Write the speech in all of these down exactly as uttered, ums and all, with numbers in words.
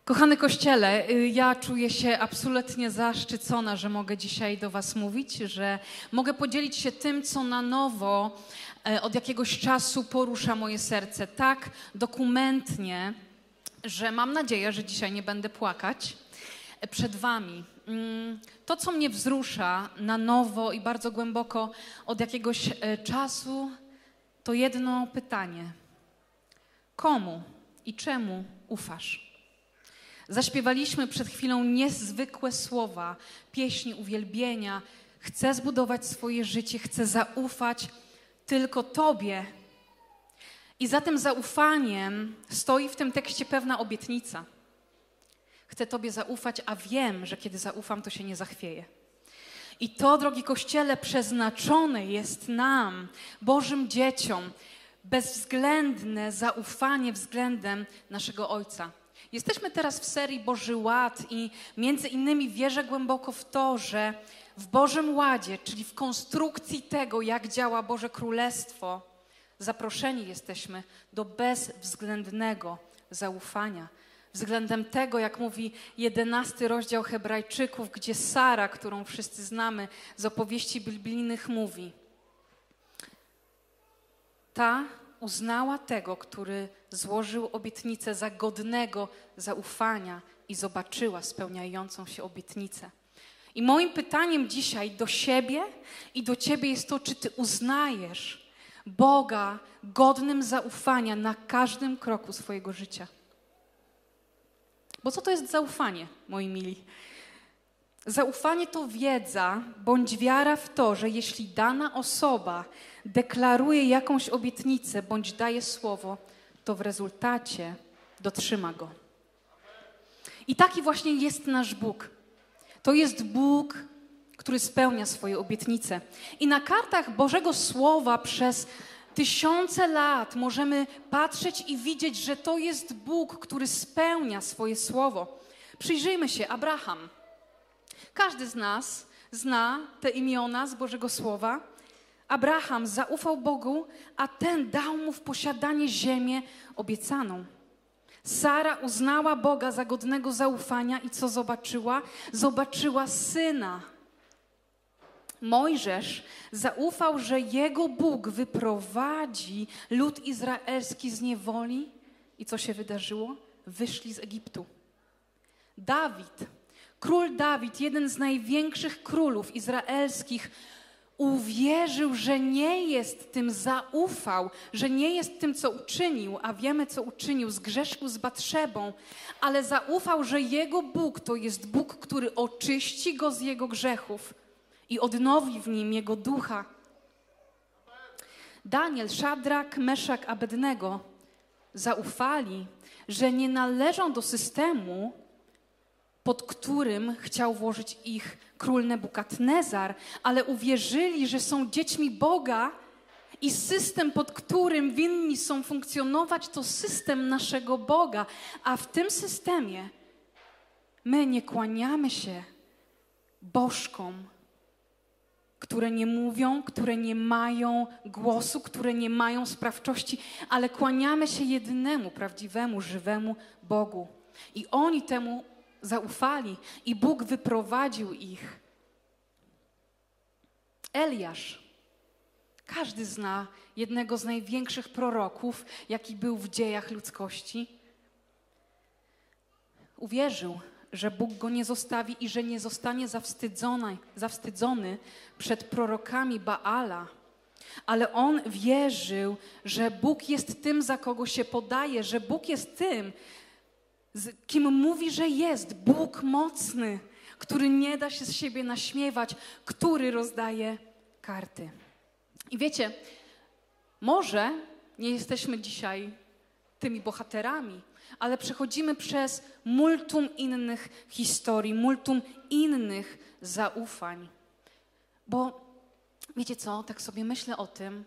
Kochany Kościele, ja czuję się absolutnie zaszczycona, że mogę dzisiaj do was mówić, że mogę podzielić się tym, co na nowo od jakiegoś czasu porusza moje serce tak dokumentnie, że mam nadzieję, że dzisiaj nie będę płakać przed wami. To, co mnie wzrusza na nowo i bardzo głęboko od jakiegoś czasu, to jedno pytanie. Komu i czemu ufasz? Zaśpiewaliśmy przed chwilą niezwykłe słowa, pieśni uwielbienia. Chcę zbudować swoje życie, chcę zaufać tylko Tobie. I za tym zaufaniem stoi w tym tekście pewna obietnica. Chcę Tobie zaufać, a wiem, że kiedy zaufam, to się nie zachwieję. I to, drogi Kościele, przeznaczone jest nam, Bożym dzieciom, bezwzględne zaufanie względem naszego Ojca. Jesteśmy teraz w serii Boży Ład i między innymi wierzę głęboko w to, że w Bożym Ładzie, czyli w konstrukcji tego, jak działa Boże Królestwo, zaproszeni jesteśmy do bezwzględnego zaufania. Względem tego, jak mówi jedenasty rozdział Hebrajczyków, gdzie Sara, którą wszyscy znamy z opowieści biblijnych, mówi: ta uznała tego, który złożył obietnicę, za godnego zaufania i zobaczyła spełniającą się obietnicę. I moim pytaniem dzisiaj do siebie i do ciebie jest to, czy ty uznajesz Boga godnym zaufania na każdym kroku swojego życia. Bo co to jest zaufanie, moi mili? Zaufanie to wiedza bądź wiara w to, że jeśli dana osoba deklaruje jakąś obietnicę bądź daje słowo, to w rezultacie dotrzyma go. I taki właśnie jest nasz Bóg. To jest Bóg, który spełnia swoje obietnice. I na kartach Bożego Słowa przez tysiące lat możemy patrzeć i widzieć, że to jest Bóg, który spełnia swoje słowo. Przyjrzyjmy się, Abraham. Każdy z nas zna te imiona z Bożego Słowa. Abraham zaufał Bogu, a ten dał mu w posiadanie ziemię obiecaną. Sara uznała Boga za godnego zaufania i co zobaczyła? Zobaczyła syna. Mojżesz zaufał, że jego Bóg wyprowadzi lud izraelski z niewoli. I co się wydarzyło? Wyszli z Egiptu. Dawid, król Dawid, jeden z największych królów izraelskich, uwierzył, że nie jest tym, zaufał, że nie jest tym, co uczynił, a wiemy, co uczynił, zgrzeszył z Batszebą, ale zaufał, że jego Bóg to jest Bóg, który oczyści go z jego grzechów i odnowi w nim jego ducha. Daniel, Szadrak, Meszak, Abednego zaufali, że nie należą do systemu, pod którym chciał włożyć ich król Nebukadnezar, ale uwierzyli, że są dziećmi Boga i system, pod którym winni są funkcjonować, to system naszego Boga. A w tym systemie my nie kłaniamy się bożkom, które nie mówią, które nie mają głosu, które nie mają sprawczości, ale kłaniamy się jedynemu, prawdziwemu, żywemu Bogu. I oni temu zaufali i Bóg wyprowadził ich. Eliasz. Każdy zna jednego z największych proroków, jaki był w dziejach ludzkości. Uwierzył, że Bóg go nie zostawi i że nie zostanie zawstydzony, zawstydzony przed prorokami Baala. Ale on wierzył, że Bóg jest tym, za kogo się podaje, że Bóg jest tym, z kim mówi, że jest. Bóg mocny, który nie da się z siebie naśmiewać, który rozdaje karty. I wiecie, może nie jesteśmy dzisiaj tymi bohaterami, ale przechodzimy przez multum innych historii, multum innych zaufań. Bo wiecie co, tak sobie myślę o tym,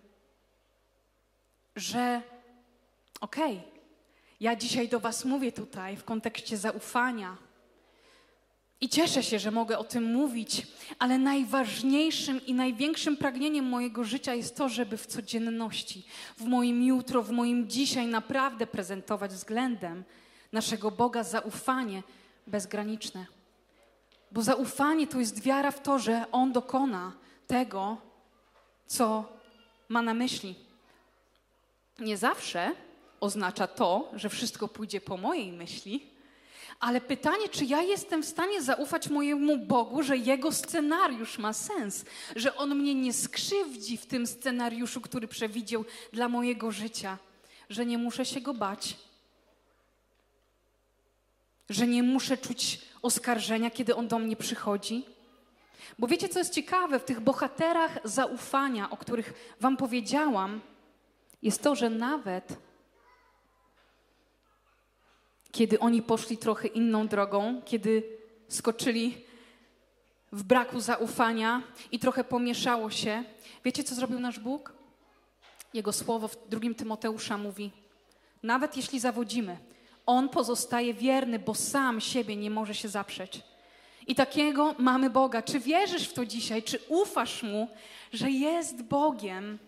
że okej, okay, ja dzisiaj do was mówię tutaj w kontekście zaufania i cieszę się, że mogę o tym mówić, ale najważniejszym i największym pragnieniem mojego życia jest to, żeby w codzienności, w moim jutro, w moim dzisiaj naprawdę prezentować względem naszego Boga zaufanie bezgraniczne. Bo zaufanie to jest wiara w to, że On dokona tego, co ma na myśli. Nie zawsze oznacza to, że wszystko pójdzie po mojej myśli, ale pytanie, czy ja jestem w stanie zaufać mojemu Bogu, że Jego scenariusz ma sens, że On mnie nie skrzywdzi w tym scenariuszu, który przewidział dla mojego życia, że nie muszę się Go bać, że nie muszę czuć oskarżenia, kiedy On do mnie przychodzi. Bo wiecie, co jest ciekawe? W tych bohaterach zaufania, o których wam powiedziałam, jest to, że nawet kiedy oni poszli trochę inną drogą, kiedy skoczyli w braku zaufania i trochę pomieszało się, wiecie, co zrobił nasz Bóg? Jego słowo w drugim Tymoteusza mówi: nawet jeśli zawodzimy, On pozostaje wierny, bo sam siebie nie może się zaprzeć. I takiego mamy Boga. Czy wierzysz w to dzisiaj? Czy ufasz Mu, że jest Bogiem,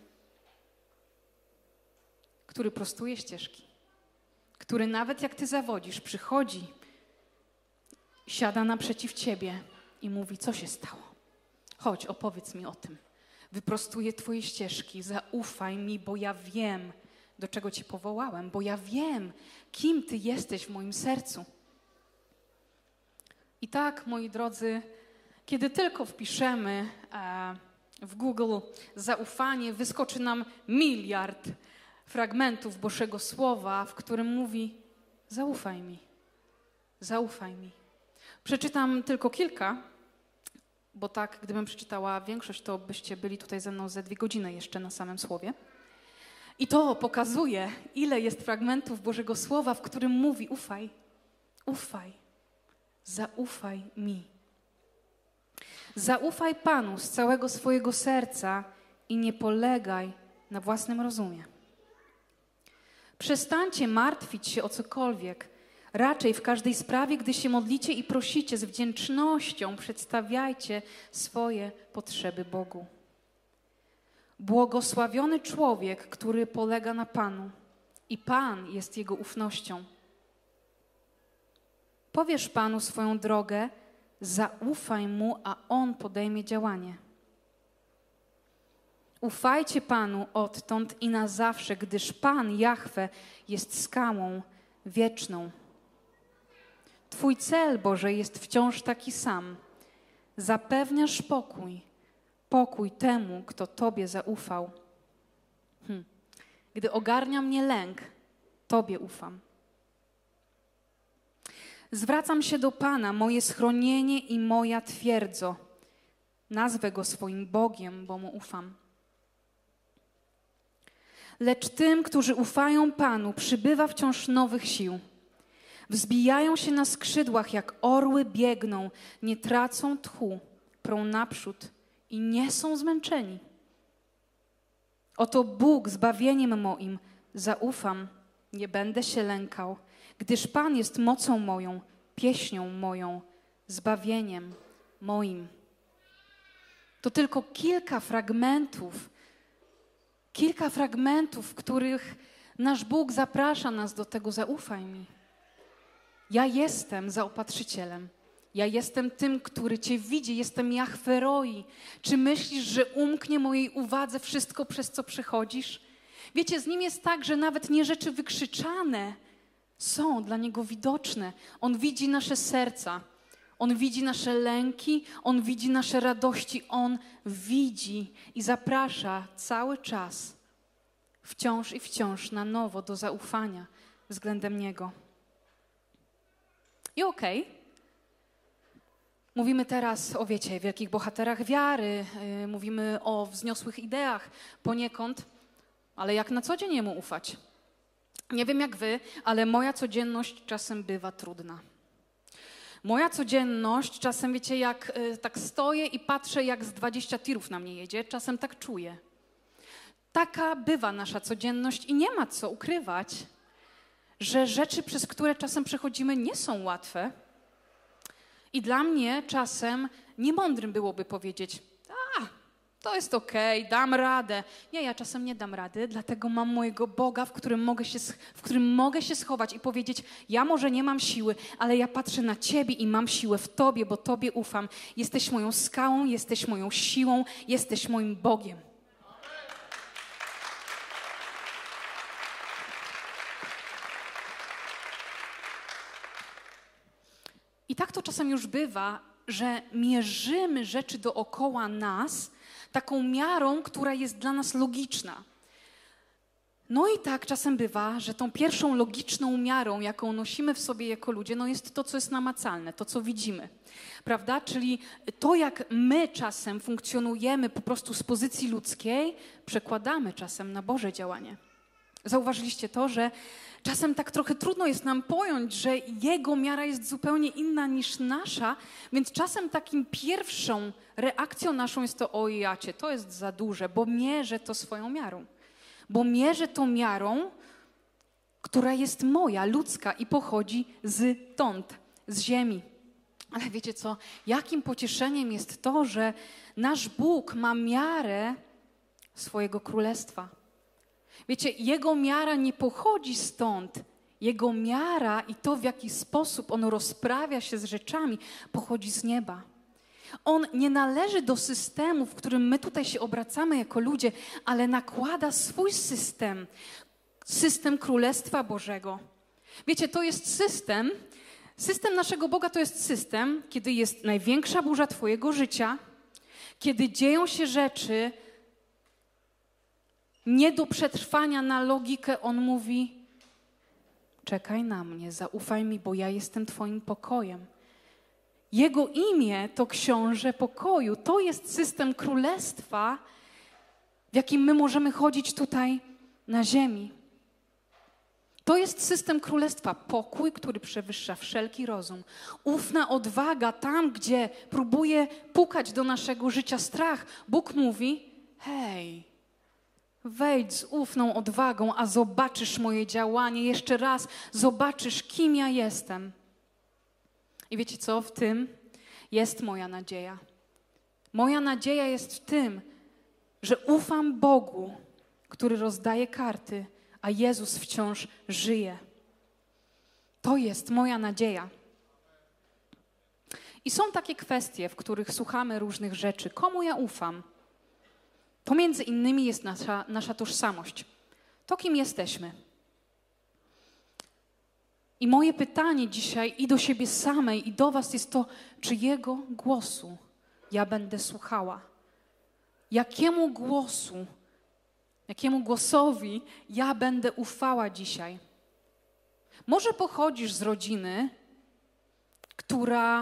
który prostuje ścieżki, który nawet jak ty zawodzisz, przychodzi, siada naprzeciw ciebie i mówi: co się stało? Chodź, opowiedz mi o tym. Wyprostuję twoje ścieżki, zaufaj mi, bo ja wiem, do czego cię powołałem, bo ja wiem, kim ty jesteś w moim sercu. I tak, moi drodzy, kiedy tylko wpiszemy e, w Google zaufanie, wyskoczy nam miliard fragmentów Bożego Słowa, w którym mówi: zaufaj mi, zaufaj mi. Przeczytam tylko kilka, bo tak, gdybym przeczytała większość, to byście byli tutaj ze mną ze dwie godziny jeszcze na samym Słowie. I to pokazuje, ile jest fragmentów Bożego Słowa, w którym mówi: ufaj, ufaj, zaufaj mi. Zaufaj Panu z całego swojego serca i nie polegaj na własnym rozumie. Przestańcie martwić się o cokolwiek. Raczej w każdej sprawie, gdy się modlicie i prosicie, z wdzięcznością przedstawiajcie swoje potrzeby Bogu. Błogosławiony człowiek, który polega na Panu i Pan jest jego ufnością. Powiesz Panu swoją drogę, zaufaj Mu, a On podejmie działanie. Ufajcie Panu odtąd i na zawsze, gdyż Pan, Jahwe, jest skałą wieczną. Twój cel, Boże, jest wciąż taki sam. Zapewniasz pokój, pokój temu, kto Tobie zaufał. Hm. Gdy ogarnia mnie lęk, Tobie ufam. Zwracam się do Pana, moje schronienie i moja twierdzo. Nazwę Go swoim Bogiem, bo Mu ufam. Lecz tym, którzy ufają Panu, przybywa wciąż nowych sił. Wzbijają się na skrzydłach, jak orły biegną, nie tracą tchu, prą naprzód i nie są zmęczeni. Oto Bóg zbawieniem moim, zaufam, nie będę się lękał, gdyż Pan jest mocą moją, pieśnią moją, zbawieniem moim. To tylko kilka fragmentów, kilka fragmentów, w których nasz Bóg zaprasza nas do tego: zaufaj mi. Ja jestem zaopatrzycielem. Ja jestem tym, który Cię widzi. Jestem Jahwe Roi. Czy myślisz, że umknie mojej uwadze wszystko, przez co przechodzisz? Wiecie, z Nim jest tak, że nawet nie rzeczy wykrzyczane są dla Niego widoczne. On widzi nasze serca. On widzi nasze lęki. On widzi nasze radości. On widzi i zaprasza cały czas, wciąż i wciąż na nowo do zaufania względem Niego. I okej, okay. Mówimy teraz o, wiecie, wielkich bohaterach wiary, yy, mówimy o wzniosłych ideach poniekąd, ale jak na co dzień Jemu ufać? Nie wiem jak wy, ale moja codzienność czasem bywa trudna. Moja codzienność czasem, wiecie, jak yy, tak stoję i patrzę, jak z dwadzieścia tirów na mnie jedzie, czasem tak czuję. Taka bywa nasza codzienność i nie ma co ukrywać, że rzeczy, przez które czasem przechodzimy, nie są łatwe. I dla mnie czasem niemądrym byłoby powiedzieć: a, To jest okej, dam radę. Nie, ja czasem nie dam rady, dlatego mam mojego Boga, w którym mogę się, w którym mogę się schować i powiedzieć, ja może nie mam siły, ale ja patrzę na Ciebie i mam siłę w Tobie, bo Tobie ufam. Jesteś moją skałą, jesteś moją siłą, jesteś moim Bogiem. I tak to czasem już bywa, że mierzymy rzeczy dookoła nas taką miarą, która jest dla nas logiczna. No i tak czasem bywa, że tą pierwszą logiczną miarą, jaką nosimy w sobie jako ludzie, no jest to, co jest namacalne, to, co widzimy. Prawda? Czyli to, jak my czasem funkcjonujemy po prostu z pozycji ludzkiej, przekładamy czasem na Boże działanie. Zauważyliście to, że czasem tak trochę trudno jest nam pojąć, że Jego miara jest zupełnie inna niż nasza, więc czasem takim pierwszą reakcją naszą jest to, oj jacie, to jest za duże, bo mierzę to swoją miarą. Bo mierzę to miarą, która jest moja, ludzka i pochodzi stąd, z ziemi. Ale wiecie co, jakim pocieszeniem jest to, że nasz Bóg ma miarę swojego królestwa. Wiecie, Jego miara nie pochodzi stąd. Jego miara i to, w jaki sposób On rozprawia się z rzeczami, pochodzi z nieba. On nie należy do systemu, w którym my tutaj się obracamy jako ludzie, ale nakłada swój system, system Królestwa Bożego. Wiecie, to jest system, system naszego Boga to jest system, kiedy jest największa burza twojego życia, kiedy dzieją się rzeczy nie do przetrwania na logikę, On mówi, czekaj na mnie, zaufaj mi, bo ja jestem twoim pokojem. Jego imię to książę pokoju. To jest system królestwa, w jakim my możemy chodzić tutaj na ziemi. To jest system królestwa, pokój, który przewyższa wszelki rozum. Ufna odwaga tam, gdzie próbuje pukać do naszego życia strach. Bóg mówi, hej, wejdź z ufną odwagą, a zobaczysz moje działanie. Jeszcze raz zobaczysz, kim ja jestem. I wiecie co? W tym jest moja nadzieja. Moja nadzieja jest w tym, że ufam Bogu, który rozdaje karty, a Jezus wciąż żyje. To jest moja nadzieja. I są takie kwestie, w których słuchamy różnych rzeczy. Komu ja ufam? To między innymi jest nasza, nasza tożsamość. To, kim jesteśmy. I moje pytanie dzisiaj i do siebie samej, i do was jest to, czy Jego głosu ja będę słuchała? Jakiemu głosu, jakiemu głosowi ja będę ufała dzisiaj? Może pochodzisz z rodziny, która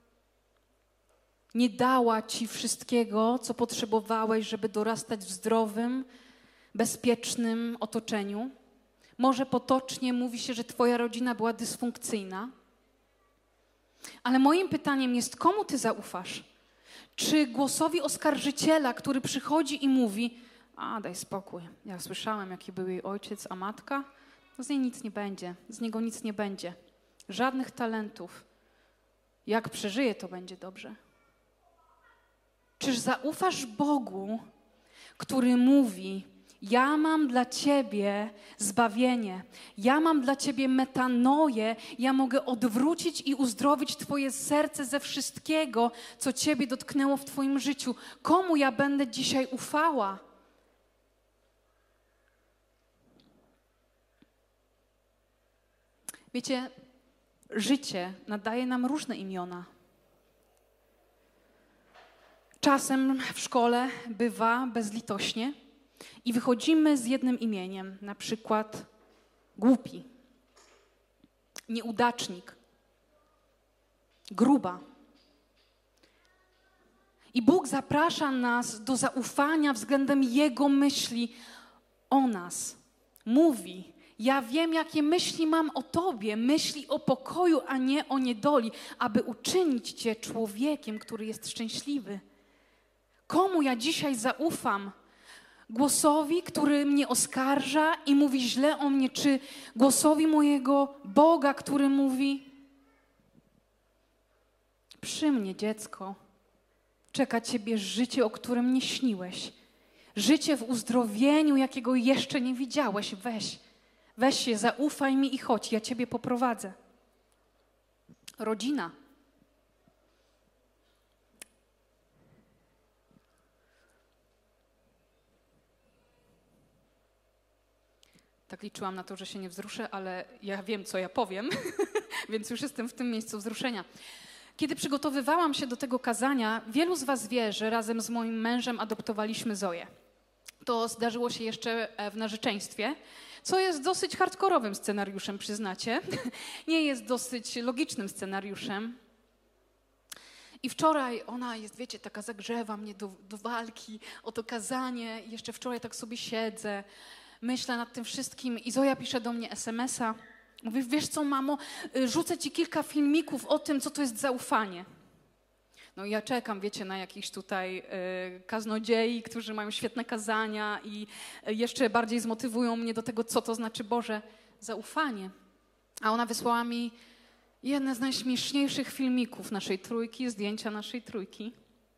nie dała ci wszystkiego, co potrzebowałeś, żeby dorastać w zdrowym, bezpiecznym otoczeniu. Może potocznie mówi się, że twoja rodzina była dysfunkcyjna. Ale moim pytaniem jest, komu ty zaufasz? Czy głosowi oskarżyciela, który przychodzi i mówi, a daj spokój, ja słyszałem, jaki był jej ojciec, a matka, to z niej nic nie będzie, z niego nic nie będzie. Żadnych talentów. Jak przeżyje, to będzie dobrze. Czyż zaufasz Bogu, który mówi, ja mam dla ciebie zbawienie, ja mam dla ciebie metanoję, ja mogę odwrócić i uzdrowić twoje serce ze wszystkiego, co ciebie dotknęło w twoim życiu. Komu ja będę dzisiaj ufała? Wiecie, życie nadaje nam różne imiona. Czasem w szkole bywa bezlitośnie i wychodzimy z jednym imieniem, na przykład głupi, nieudacznik, gruba. I Bóg zaprasza nas do zaufania względem Jego myśli o nas. Mówi, ja wiem, jakie myśli mam o Tobie, myśli o pokoju, a nie o niedoli, aby uczynić Cię człowiekiem, który jest szczęśliwy. Komu ja dzisiaj zaufam? Głosowi, który mnie oskarża i mówi źle o mnie, czy głosowi mojego Boga, który mówi przy mnie, dziecko, Czeka ciebie życie, o którym nie śniłeś. Życie w uzdrowieniu, jakiego jeszcze nie widziałeś. Weź, weź się, zaufaj mi i chodź, ja ciebie poprowadzę. Rodzina. Tak liczyłam na to, że się nie wzruszę, ale ja wiem, co ja powiem, więc już jestem w tym miejscu wzruszenia. Kiedy przygotowywałam się do tego kazania, wielu z was wie, że razem z moim mężem adoptowaliśmy Zoję. To zdarzyło się jeszcze w narzeczeństwie, co jest dosyć hardkorowym scenariuszem, przyznacie. Nie jest dosyć logicznym scenariuszem. I wczoraj ona jest, wiecie, taka zagrzewa mnie do, do walki o to kazanie. I jeszcze wczoraj tak sobie siedzę, myślę nad tym wszystkim i Zoja pisze do mnie es em es a. Mówi, wiesz co, mamo, rzucę ci kilka filmików o tym, co to jest zaufanie. No i ja czekam, wiecie, na jakichś tutaj y, kaznodziei, którzy mają świetne kazania i jeszcze bardziej zmotywują mnie do tego, co to znaczy, Boże, zaufanie. A ona wysłała mi jedne z najśmieszniejszych filmików naszej trójki, zdjęcia naszej trójki.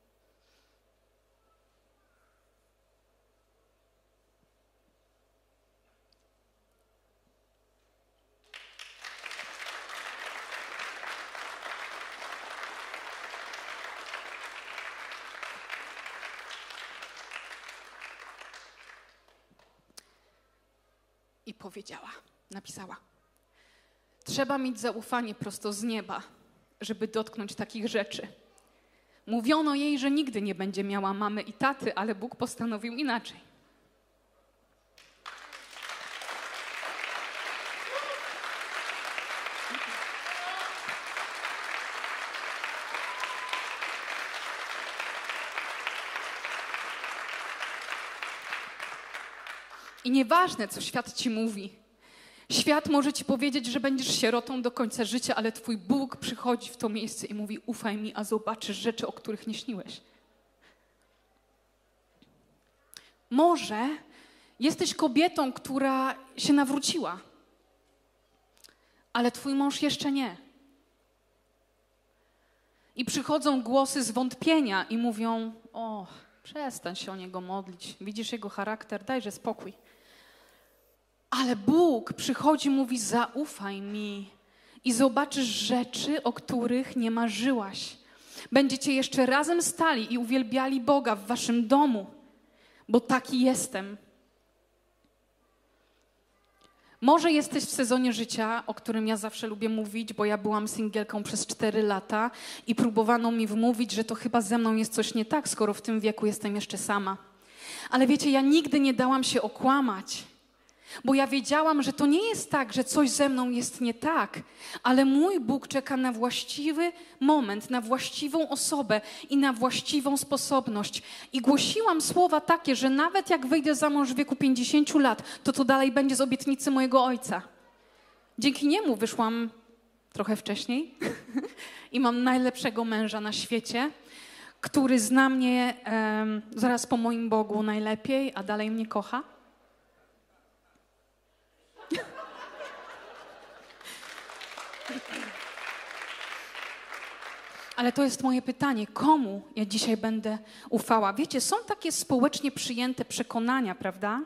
I powiedziała, napisała: trzeba mieć zaufanie prosto z nieba, żeby dotknąć takich rzeczy. Mówiono jej, że nigdy nie będzie miała mamy i taty, ale Bóg postanowił inaczej. I nieważne, co świat ci mówi. Świat może ci powiedzieć, że będziesz sierotą do końca życia, ale twój Bóg przychodzi w to miejsce i mówi: ufaj mi, a zobaczysz rzeczy, o których nie śniłeś. Może jesteś kobietą, która się nawróciła, ale twój mąż jeszcze nie. I przychodzą głosy zwątpienia i mówią: o, przestań się o niego modlić, widzisz jego charakter, dajże spokój. Ale Bóg przychodzi i mówi: zaufaj mi i zobaczysz rzeczy, o których nie marzyłaś. Będziecie jeszcze razem stali i uwielbiali Boga w waszym domu, bo taki jestem. Może jesteś w sezonie życia, o którym ja zawsze lubię mówić, bo ja byłam singielką przez cztery lata i próbowano mi wmówić, że to chyba ze mną jest coś nie tak, skoro w tym wieku jestem jeszcze sama. Ale wiecie, ja nigdy nie dałam się okłamać, bo ja wiedziałam, że to nie jest tak, że coś ze mną jest nie tak, ale mój Bóg czeka na właściwy moment, na właściwą osobę i na właściwą sposobność. I głosiłam słowa takie, że nawet jak wyjdę za mąż w wieku pięćdziesięciu lat, to to dalej będzie z obietnicy mojego ojca. Dzięki niemu wyszłam trochę wcześniej i mam najlepszego męża na świecie, który zna mnie um, zaraz po moim Bogu najlepiej, a dalej mnie kocha. Ale to jest moje pytanie, komu ja dzisiaj będę ufała? Wiecie, są takie społecznie przyjęte przekonania, prawda?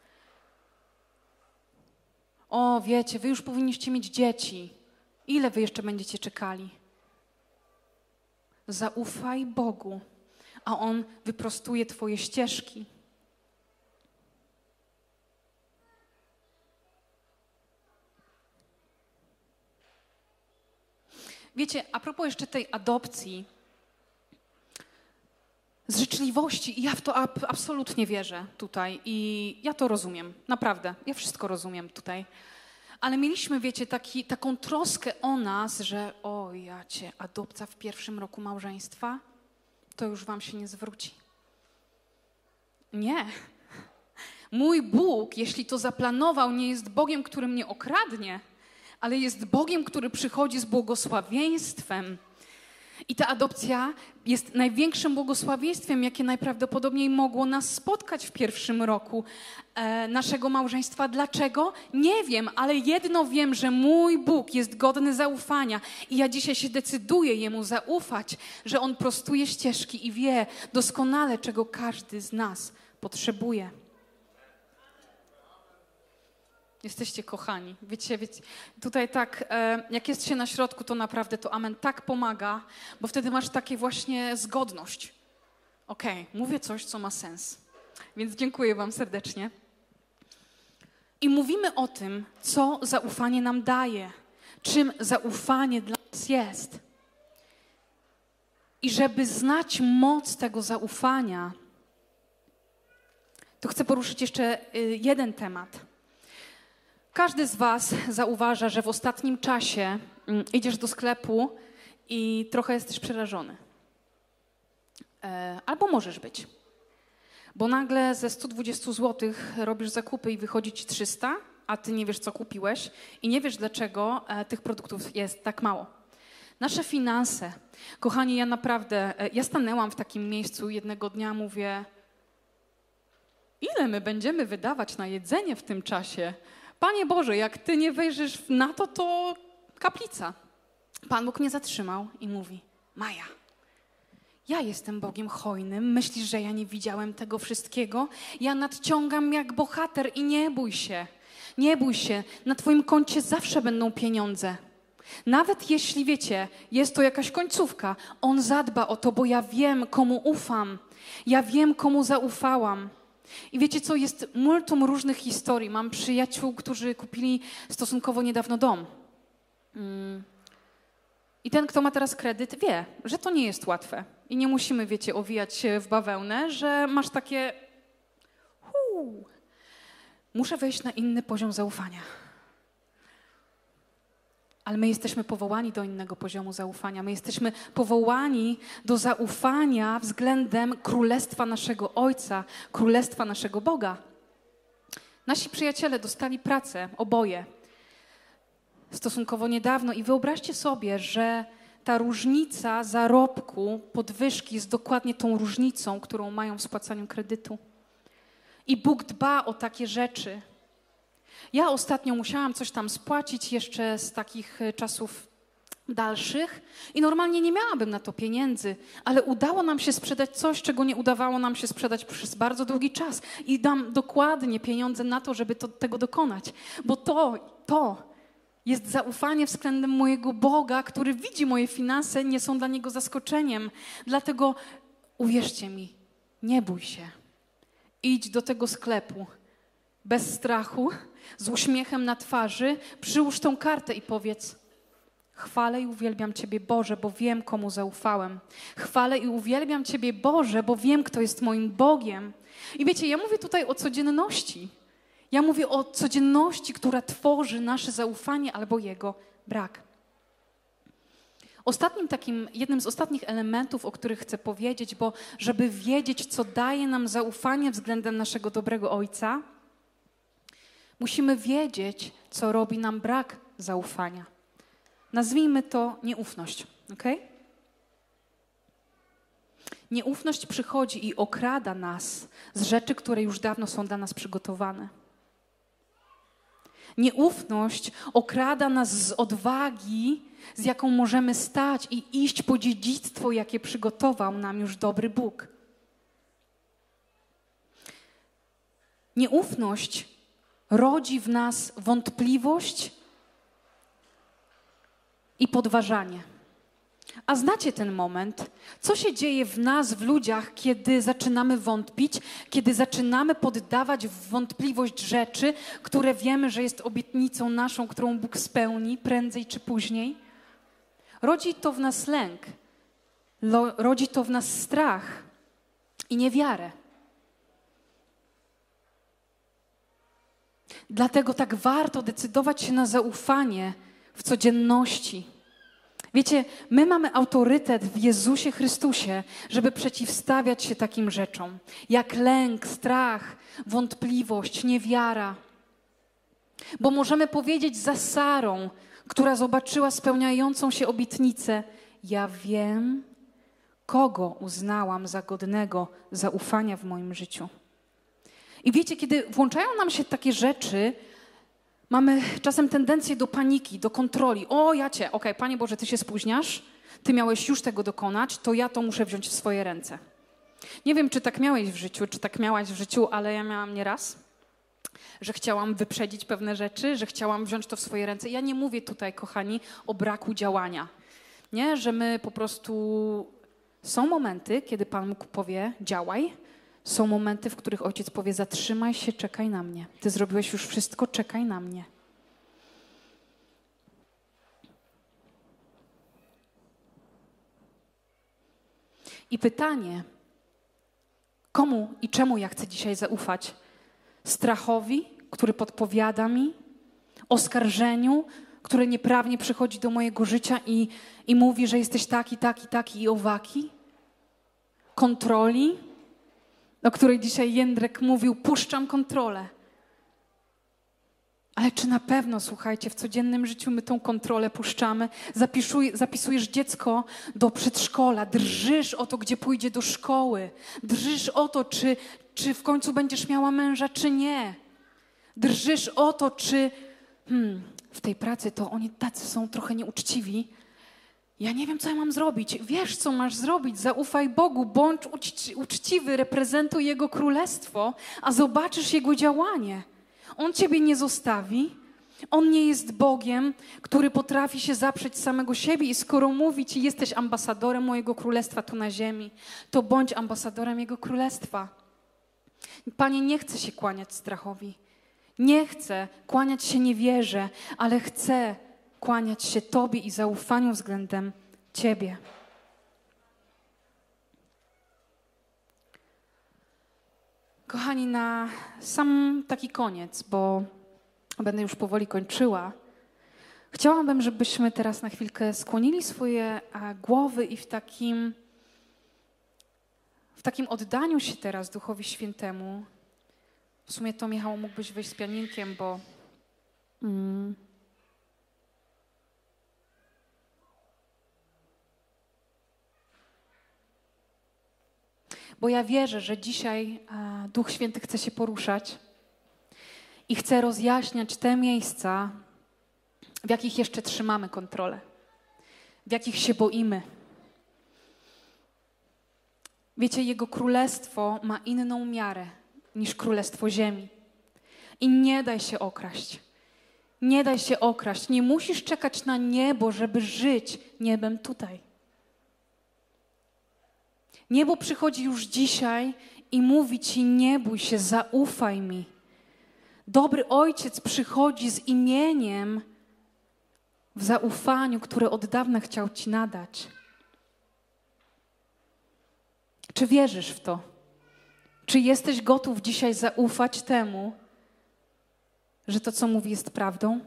O, wiecie, wy już powinniście mieć dzieci. Ile wy jeszcze będziecie czekali? Zaufaj Bogu, a On wyprostuje twoje ścieżki. Wiecie, a propos jeszcze tej adopcji, z życzliwości, i ja w to ab, absolutnie wierzę tutaj i ja to rozumiem, naprawdę, ja wszystko rozumiem tutaj. Ale mieliśmy, wiecie, taki, taką troskę o nas, że o jacie, adopcja w pierwszym roku małżeństwa, to już wam się nie zwróci. Nie. Mój Bóg, jeśli to zaplanował, nie jest Bogiem, który mnie okradnie, ale jest Bogiem, który przychodzi z błogosławieństwem. I ta adopcja jest największym błogosławieństwem, jakie najprawdopodobniej mogło nas spotkać w pierwszym roku e, naszego małżeństwa. Dlaczego? Nie wiem, ale jedno wiem, że mój Bóg jest godny zaufania i ja dzisiaj się decyduję Jemu zaufać, że On prostuje ścieżki i wie doskonale, czego każdy z nas potrzebuje. Jesteście kochani. Wiecie, wiecie, tutaj tak, e, jak jest się na środku, to naprawdę to amen tak pomaga, bo wtedy masz takie właśnie zgodność. Okej, okay, mówię coś, co ma sens. Więc dziękuję wam serdecznie. I mówimy o tym, co zaufanie nam daje. Czym zaufanie dla nas jest. I żeby znać moc tego zaufania, to chcę poruszyć jeszcze jeden temat. Każdy z was zauważa, że w ostatnim czasie mm, idziesz do sklepu i trochę jesteś przerażony. E, albo możesz być. Bo nagle ze sto dwadzieścia złotych robisz zakupy i wychodzi ci trzysta, a ty nie wiesz, co kupiłeś i nie wiesz, dlaczego e, tych produktów jest tak mało. Nasze finanse. Kochani, ja naprawdę, e, ja stanęłam w takim miejscu jednego dnia, mówię, ile my będziemy wydawać na jedzenie w tym czasie? Panie Boże, jak Ty nie wejrzysz na to, to kaplica. Pan Bóg mnie zatrzymał i mówi, Maja, ja jestem Bogiem hojnym, myślisz, że ja nie widziałem tego wszystkiego? Ja nadciągam jak bohater i nie bój się, nie bój się, na Twoim koncie zawsze będą pieniądze. Nawet jeśli, wiecie, jest to jakaś końcówka, On zadba o to, bo ja wiem, komu ufam, ja wiem, komu zaufałam. I wiecie co, jest multum różnych historii. Mam przyjaciół, którzy kupili stosunkowo niedawno dom. Mm. I ten, kto ma teraz kredyt, wie, że to nie jest łatwe. I nie musimy, wiecie, owijać się w bawełnę, że masz takie huu, muszę wejść na inny poziom zaufania. Ale my jesteśmy powołani do innego poziomu zaufania. My jesteśmy powołani do zaufania względem Królestwa naszego Ojca, Królestwa naszego Boga. Nasi przyjaciele dostali pracę, oboje, stosunkowo niedawno i wyobraźcie sobie, że ta różnica zarobku, podwyżki jest dokładnie tą różnicą, którą mają w spłacaniu kredytu. I Bóg dba o takie rzeczy. Ja ostatnio musiałam coś tam spłacić jeszcze z takich czasów dalszych i normalnie nie miałabym na to pieniędzy, ale udało nam się sprzedać coś, czego nie udawało nam się sprzedać przez bardzo długi czas i dam dokładnie pieniądze na to, żeby to, tego dokonać, bo to, to jest zaufanie względem mojego Boga, który widzi moje finanse, nie są dla Niego zaskoczeniem. Dlatego uwierzcie mi, nie bój się. Idź do tego sklepu bez strachu, z uśmiechem na twarzy, przyłóż tą kartę i powiedz: chwalę i uwielbiam Ciebie, Boże, bo wiem, komu zaufałem. Chwalę i uwielbiam Ciebie, Boże, bo wiem, kto jest moim Bogiem. I wiecie, ja mówię tutaj o codzienności. Ja mówię o codzienności, która tworzy nasze zaufanie albo jego brak. Ostatnim takim, jednym z ostatnich elementów, o których chcę powiedzieć, bo żeby wiedzieć, co daje nam zaufanie względem naszego dobrego Ojca, musimy wiedzieć, co robi nam brak zaufania. Nazwijmy to nieufność, okej? Nieufność przychodzi i okrada nas z rzeczy, które już dawno są dla nas przygotowane. Nieufność okrada nas z odwagi, z jaką możemy stać i iść po dziedzictwo, jakie przygotował nam już dobry Bóg. Nieufność rodzi w nas wątpliwość i podważanie. A znacie ten moment? Co się dzieje w nas, w ludziach, kiedy zaczynamy wątpić, kiedy zaczynamy poddawać w wątpliwość rzeczy, które wiemy, że jest obietnicą naszą, którą Bóg spełni prędzej czy później? Rodzi to w nas lęk, Lo, rodzi to w nas strach i niewiarę. Dlatego tak warto decydować się na zaufanie w codzienności. Wiecie, my mamy autorytet w Jezusie Chrystusie, żeby przeciwstawiać się takim rzeczom, jak lęk, strach, wątpliwość, niewiara. Bo możemy powiedzieć za Sarą, która zobaczyła spełniającą się obietnicę: ja wiem, kogo uznałam za godnego zaufania w moim życiu. I wiecie, kiedy włączają nam się takie rzeczy, mamy czasem tendencję do paniki, do kontroli. O, ja cię, okej, okay, Panie Boże, Ty się spóźniasz, Ty miałeś już tego dokonać, to ja to muszę wziąć w swoje ręce. Nie wiem, czy tak miałeś w życiu, czy tak miałaś w życiu, ale ja miałam nieraz, że chciałam wyprzedzić pewne rzeczy, że chciałam wziąć to w swoje ręce. Ja nie mówię tutaj, kochani, o braku działania. Nie, że my po prostu... Są momenty, kiedy Pan Bóg powie, działaj. Są momenty, w których Ojciec powie, zatrzymaj się, czekaj na mnie. Ty zrobiłeś już wszystko, czekaj na mnie. I pytanie, komu i czemu ja chcę dzisiaj zaufać? Strachowi, który podpowiada mi, oskarżeniu, które nieprawnie przychodzi do mojego życia i, i mówi, że jesteś taki, taki, taki i owaki? Kontroli, o której dzisiaj Jędrek mówił, puszczam kontrolę. Ale czy na pewno, słuchajcie, w codziennym życiu my tą kontrolę puszczamy? Zapisuj, zapisujesz dziecko do przedszkola, drżysz o to, gdzie pójdzie do szkoły. Drżysz o to, czy, czy w końcu będziesz miała męża, czy nie. Drżysz o to, czy hmm, w tej pracy to oni tacy są trochę nieuczciwi. Ja nie wiem, co ja mam zrobić. Wiesz, co masz zrobić. Zaufaj Bogu, bądź uczci- uczciwy, reprezentuj Jego królestwo, a zobaczysz Jego działanie. On ciebie nie zostawi. On nie jest Bogiem, który potrafi się zaprzeć samego siebie i skoro mówi ci, jesteś ambasadorem mojego królestwa tu na ziemi, to bądź ambasadorem Jego królestwa. Panie, nie chcę się kłaniać strachowi. Nie chcę kłaniać się niewierze, ale chcę kłaniać się Tobie i zaufaniu względem Ciebie. Kochani, na sam taki koniec, bo będę już powoli kończyła, chciałabym, żebyśmy teraz na chwilkę skłonili swoje głowy i w takim, w takim oddaniu się teraz Duchowi Świętemu. W sumie to, Michał, mógłbyś wyjść z pianinkiem, bo... Mm, Bo ja wierzę, że dzisiaj e, Duch Święty chce się poruszać i chce rozjaśniać te miejsca, w jakich jeszcze trzymamy kontrolę, w jakich się boimy. Wiecie, Jego królestwo ma inną miarę niż królestwo ziemi. I nie daj się okraść. Nie daj się okraść. Nie musisz czekać na niebo, żeby żyć niebem tutaj. Niebo przychodzi już dzisiaj i mówi ci, nie bój się, zaufaj mi. Dobry Ojciec przychodzi z imieniem w zaufaniu, które od dawna chciał ci nadać. Czy wierzysz w to? Czy jesteś gotów dzisiaj zaufać temu, że to, co mówi, jest prawdą?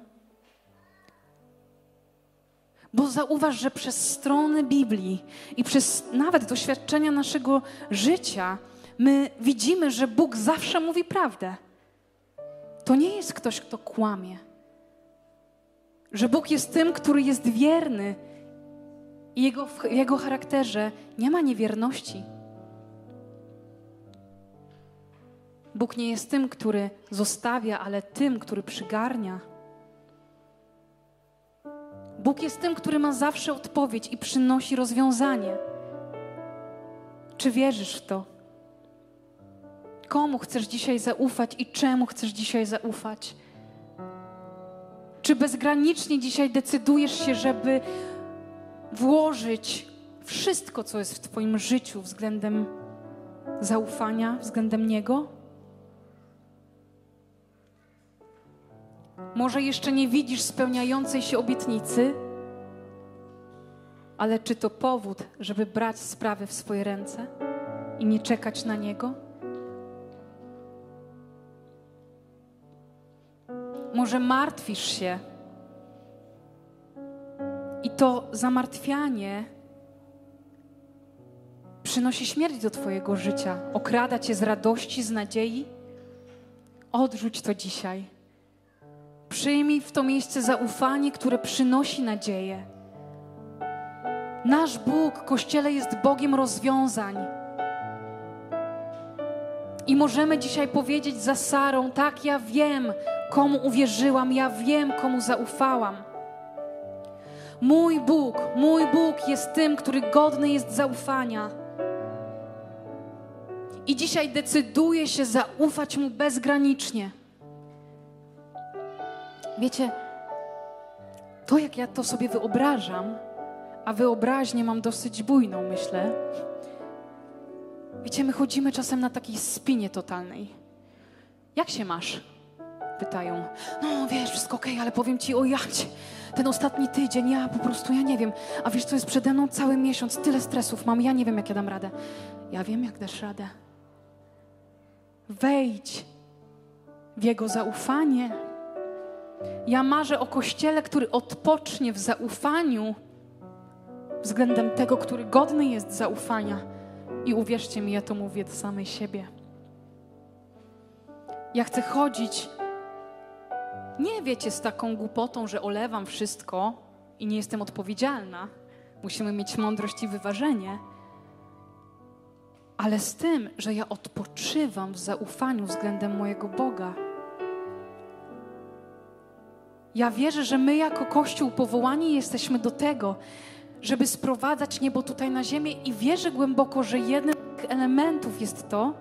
Bo zauważ, że przez strony Biblii i przez nawet doświadczenia naszego życia my widzimy, że Bóg zawsze mówi prawdę. To nie jest ktoś, kto kłamie. Że Bóg jest tym, który jest wierny i jego, w Jego charakterze nie ma niewierności. Bóg nie jest tym, który zostawia, ale tym, który przygarnia. Bóg jest tym, który ma zawsze odpowiedź i przynosi rozwiązanie. Czy wierzysz w to? Komu chcesz dzisiaj zaufać i czemu chcesz dzisiaj zaufać? Czy bezgranicznie dzisiaj decydujesz się, żeby włożyć wszystko, co jest w Twoim życiu względem zaufania, względem Niego? Może jeszcze nie widzisz spełniającej się obietnicy, ale czy to powód, żeby brać sprawy w swoje ręce i nie czekać na Niego? Może martwisz się i to zamartwianie przynosi śmierć do Twojego życia, okrada Cię z radości, z nadziei? Odrzuć to dzisiaj. Przyjmij w to miejsce zaufanie, które przynosi nadzieję. Nasz Bóg, Kościele, jest Bogiem rozwiązań. I możemy dzisiaj powiedzieć za Sarą, tak, ja wiem, komu uwierzyłam, ja wiem, komu zaufałam. Mój Bóg, mój Bóg jest tym, który godny jest zaufania. I dzisiaj decyduję się zaufać Mu bezgranicznie. Wiecie, to jak ja to sobie wyobrażam, a wyobraźnię mam dosyć bujną, myślę. Wiecie, my chodzimy czasem na takiej spinie totalnej. Jak się masz? Pytają. No wiesz, wszystko okej, okay, ale powiem Ci, o jacie, ten ostatni tydzień, ja po prostu, ja nie wiem. A wiesz, co jest przede mną cały miesiąc, tyle stresów mam, ja nie wiem, jak ja dam radę. Ja wiem, jak dasz radę. Wejdź w Jego zaufanie. Ja marzę o Kościele, który odpocznie w zaufaniu względem tego, który godny jest zaufania. I uwierzcie mi, ja to mówię do samej siebie. Ja chcę chodzić, nie wiecie, z taką głupotą, że olewam wszystko i nie jestem odpowiedzialna. Musimy mieć mądrość i wyważenie. Ale z tym, że ja odpoczywam w zaufaniu względem mojego Boga. Ja wierzę, że my jako Kościół powołani jesteśmy do tego, żeby sprowadzać niebo tutaj na ziemię i wierzę głęboko, że jednym z tych elementów jest to,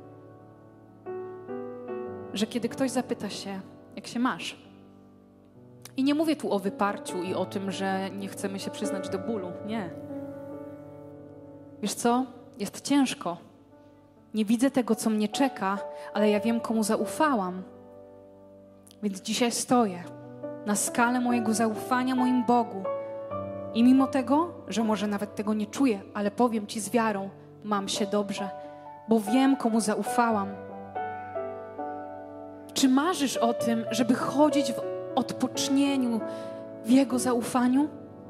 że kiedy ktoś zapyta się, jak się masz? I nie mówię tu o wyparciu i o tym, że nie chcemy się przyznać do bólu. Nie. Wiesz co? Jest ciężko. Nie widzę tego, co mnie czeka, ale ja wiem, komu zaufałam. Więc dzisiaj stoję na skalę mojego zaufania moim Bogu. I mimo tego, że może nawet tego nie czuję, ale powiem Ci z wiarą, mam się dobrze, bo wiem, komu zaufałam. Czy marzysz o tym, żeby chodzić w odpocznieniu, w Jego zaufaniu?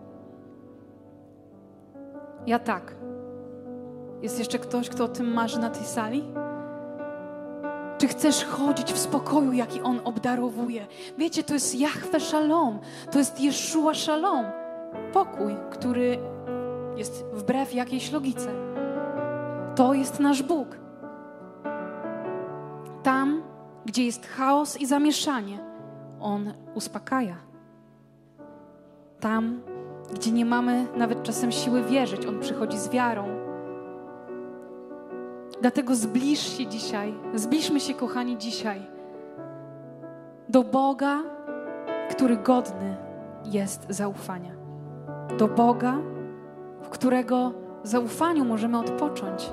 Ja tak. Jest jeszcze ktoś, kto o tym marzy na tej sali? Czy chcesz chodzić w spokoju, jaki On obdarowuje? Wiecie, to jest Jahwe Shalom, to jest Jeszua Shalom. Pokój, który jest wbrew jakiejś logice. To jest nasz Bóg. Tam, gdzie jest chaos i zamieszanie, On uspokaja. Tam, gdzie nie mamy nawet czasem siły wierzyć, On przychodzi z wiarą. Dlatego zbliż się dzisiaj, zbliżmy się, kochani, dzisiaj do Boga, który godny jest zaufania. Do Boga, w którego zaufaniu możemy odpocząć.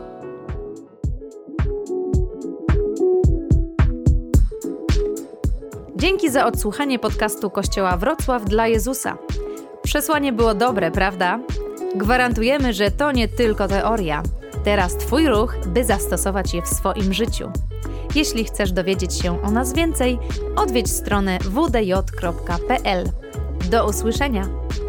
Dzięki za odsłuchanie podcastu Kościoła Wrocław dla Jezusa. Przesłanie było dobre, prawda? Gwarantujemy, że to nie tylko teoria. Teraz Twój ruch, by zastosować je w swoim życiu. Jeśli chcesz dowiedzieć się o nas więcej, odwiedź stronę w d j kropka p l. Do usłyszenia!